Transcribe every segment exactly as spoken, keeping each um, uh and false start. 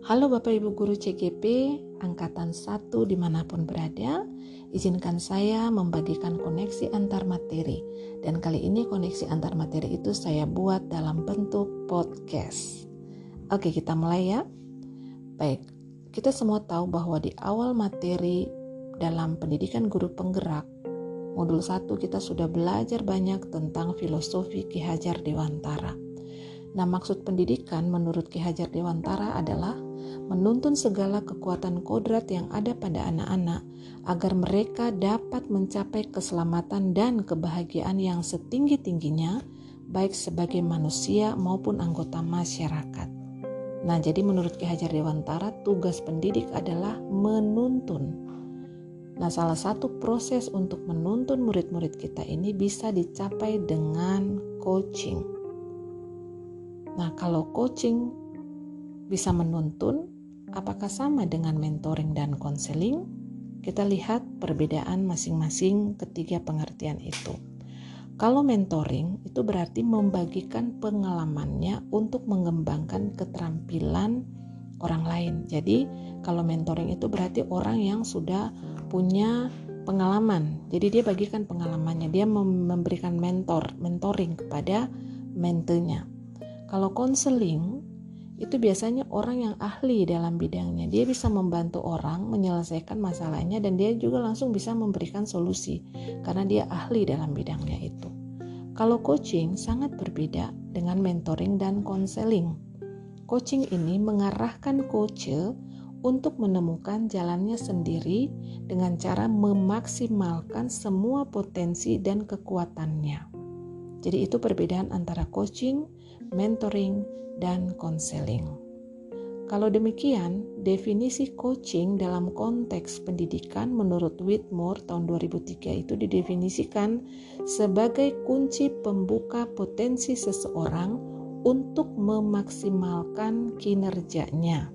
Halo Bapak Ibu Guru C G P Angkatan satu dimanapun berada, izinkan saya membagikan koneksi antar materi. Dan kali ini koneksi antar materi itu saya buat dalam bentuk podcast. Oke, kita mulai ya. Baik, kita semua tahu bahwa di awal materi dalam pendidikan guru penggerak, modul satu kita sudah belajar banyak tentang filosofi Ki Hajar Dewantara. Nah, maksud pendidikan menurut Ki Hajar Dewantara adalah menuntun segala kekuatan kodrat yang ada pada anak-anak agar mereka dapat mencapai keselamatan dan kebahagiaan yang setinggi-tingginya, baik sebagai manusia maupun anggota masyarakat. Nah, jadi menurut Ki Hajar Dewantara, tugas pendidik adalah menuntun. Nah, salah satu proses untuk menuntun murid-murid kita ini bisa dicapai dengan coaching. Nah, kalau coaching bisa menuntun, apakah sama dengan mentoring dan konseling? Kita lihat perbedaan masing-masing ketiga pengertian itu. Kalau mentoring itu berarti membagikan pengalamannya untuk mengembangkan keterampilan orang lain. Jadi kalau mentoring itu berarti orang yang sudah punya pengalaman. Jadi dia bagikan pengalamannya, dia memberikan mentor, mentoring kepada mentornya. Kalau konseling itu biasanya orang yang ahli dalam bidangnya. Dia bisa membantu orang menyelesaikan masalahnya dan dia juga langsung bisa memberikan solusi karena dia ahli dalam bidangnya itu. Kalau coaching sangat berbeda dengan mentoring dan konseling. Coaching ini mengarahkan coach untuk menemukan jalannya sendiri dengan cara memaksimalkan semua potensi dan kekuatannya. Jadi itu perbedaan antara coaching, mentoring, dan konseling. Kalau demikian, definisi coaching dalam konteks pendidikan menurut Whitmore tahun dua ribu tiga itu didefinisikan sebagai kunci pembuka potensi seseorang untuk memaksimalkan kinerjanya.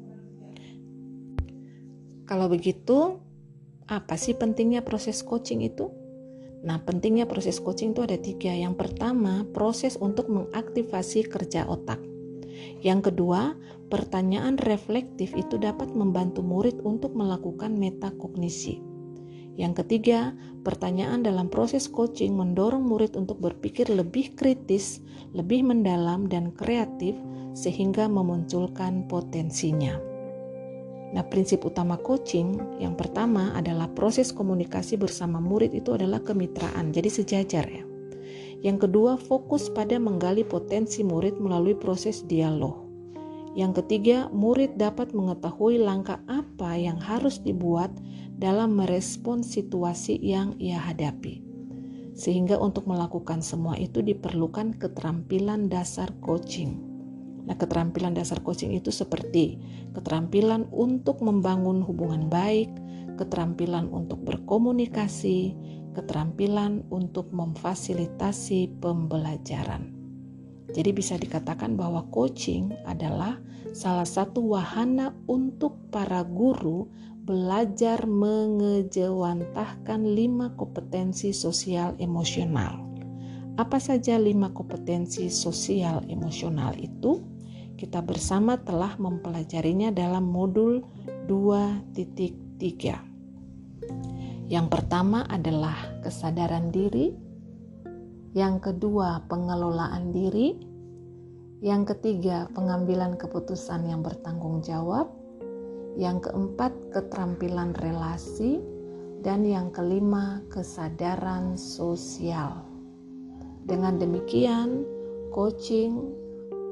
Kalau begitu, apa sih pentingnya proses coaching itu? Nah, pentingnya proses coaching itu ada tiga. Yang pertama, proses untuk mengaktifasi kerja otak. Yang kedua, pertanyaan reflektif itu dapat membantu murid untuk melakukan metakognisi. Yang ketiga, pertanyaan dalam proses coaching mendorong murid untuk berpikir lebih kritis, lebih mendalam, dan kreatif sehingga memunculkan potensinya. Nah, prinsip utama coaching yang pertama adalah proses komunikasi bersama murid itu adalah kemitraan, jadi sejajar ya. Yang kedua, fokus pada menggali potensi murid melalui proses dialog. Yang ketiga, murid dapat mengetahui langkah apa yang harus dibuat dalam merespons situasi yang ia hadapi. Sehingga untuk melakukan semua itu diperlukan keterampilan dasar coaching. Nah, keterampilan dasar coaching itu seperti keterampilan untuk membangun hubungan baik, keterampilan untuk berkomunikasi, keterampilan untuk memfasilitasi pembelajaran. Jadi bisa dikatakan bahwa coaching adalah salah satu wahana untuk para guru belajar mengejawantahkan lima kompetensi sosial emosional. Apa saja lima kompetensi sosial emosional itu? Kita bersama telah mempelajarinya dalam modul dua titik tiga. Yang pertama adalah kesadaran diri, yang kedua pengelolaan diri, yang ketiga pengambilan keputusan yang bertanggung jawab, yang keempat keterampilan relasi, dan yang kelima kesadaran sosial. Dengan demikian, coaching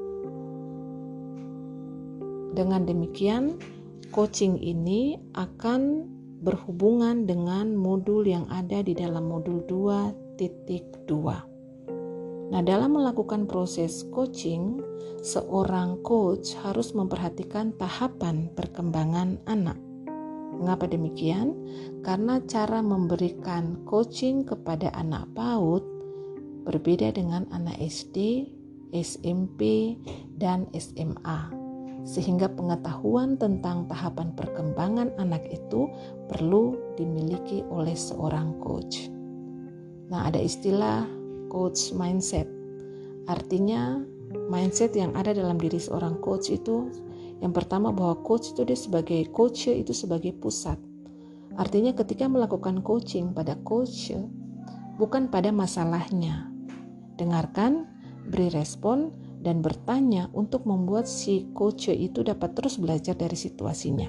Dengan demikian, coaching ini akan berhubungan dengan modul yang ada di dalam modul dua titik dua. Nah, dalam melakukan proses coaching, seorang coach harus memperhatikan tahapan perkembangan anak. Mengapa demikian? Karena cara memberikan coaching kepada anak PAUD berbeda dengan anak S D, S M P, dan S M A. Sehingga pengetahuan tentang tahapan perkembangan anak itu perlu dimiliki oleh seorang coach. Nah, ada istilah coach mindset. Artinya mindset yang ada dalam diri seorang coach itu Yang pertama, bahwa coach itu dia sebagai coach itu sebagai pusat. Artinya ketika melakukan coaching pada coach, bukan pada masalahnya. Dengarkan, beri respon, dan bertanya untuk membuat si coach itu dapat terus belajar dari situasinya.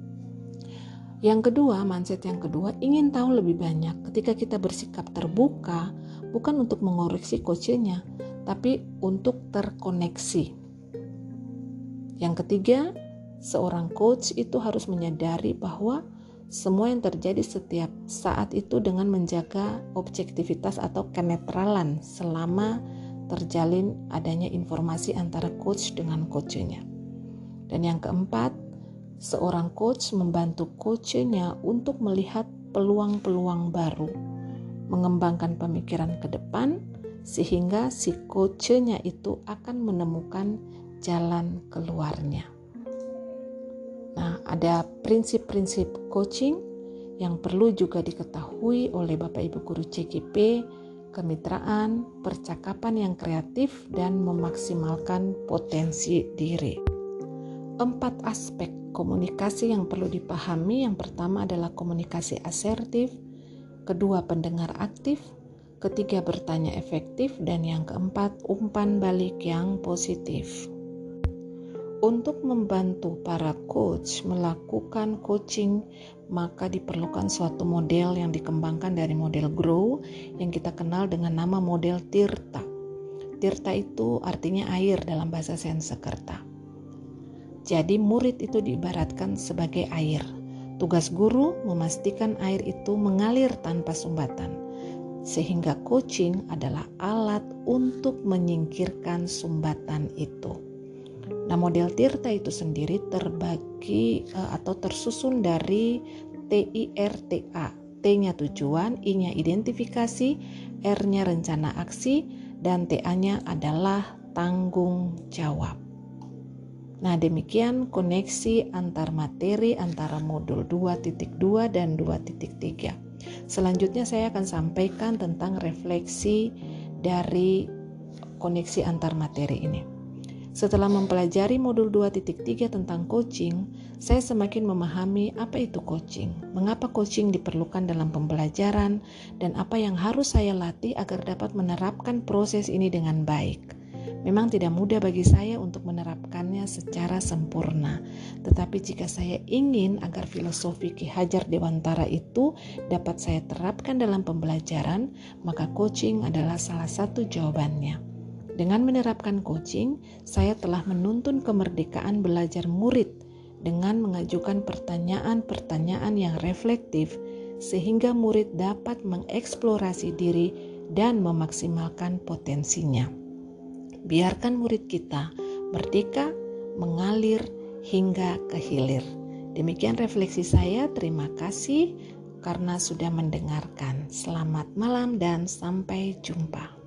Yang kedua, mindset yang kedua, ingin tahu lebih banyak. Ketika kita bersikap terbuka, bukan untuk mengoreksi coachnya, tapi untuk terkoneksi. Yang ketiga, seorang coach itu harus menyadari bahwa semua yang terjadi setiap saat itu dengan menjaga objektivitas atau kenetralan selama terjalin adanya informasi antara coach dengan coachnya. Dan yang keempat, seorang coach membantu coachnya untuk melihat peluang-peluang baru, mengembangkan pemikiran ke depan, sehingga si coachnya itu akan menemukan jalan keluarnya. Nah, ada prinsip-prinsip coaching yang perlu juga diketahui oleh Bapak Ibu Guru C G P, kemitraan, percakapan yang kreatif, dan memaksimalkan potensi diri. Empat aspek komunikasi yang perlu dipahami. Yang pertama adalah komunikasi asertif, kedua pendengar aktif, ketiga bertanya efektif, dan yang keempat umpan balik yang positif. Untuk membantu para coach melakukan coaching, maka diperlukan suatu model yang dikembangkan dari model Grow yang kita kenal dengan nama model Tirta. Tirta itu artinya air dalam bahasa Sanskerta. Jadi murid itu diibaratkan sebagai air. Tugas guru memastikan air itu mengalir tanpa sumbatan, sehingga coaching adalah alat untuk menyingkirkan sumbatan itu. Nah, model Tirta itu sendiri terbagi uh, atau tersusun dari T I R T A. T-nya tujuan, I-nya identifikasi, R-nya rencana aksi, dan T A-nya adalah tanggung jawab. Nah, demikian koneksi antar materi antara modul dua titik dua dan dua titik tiga. Selanjutnya saya akan sampaikan tentang refleksi dari koneksi antar materi ini. Setelah mempelajari modul dua titik tiga tentang coaching, saya semakin memahami apa itu coaching, mengapa coaching diperlukan dalam pembelajaran, dan apa yang harus saya latih agar dapat menerapkan proses ini dengan baik. Memang tidak mudah bagi saya untuk menerapkannya secara sempurna, tetapi jika saya ingin agar filosofi Ki Hajar Dewantara itu dapat saya terapkan dalam pembelajaran, maka coaching adalah salah satu jawabannya. Dengan menerapkan coaching, saya telah menuntun kemerdekaan belajar murid dengan mengajukan pertanyaan-pertanyaan yang reflektif sehingga murid dapat mengeksplorasi diri dan memaksimalkan potensinya. Biarkan murid kita merdeka, mengalir hingga ke hilir. Demikian refleksi saya. Terima kasih karena sudah mendengarkan. Selamat malam dan sampai jumpa.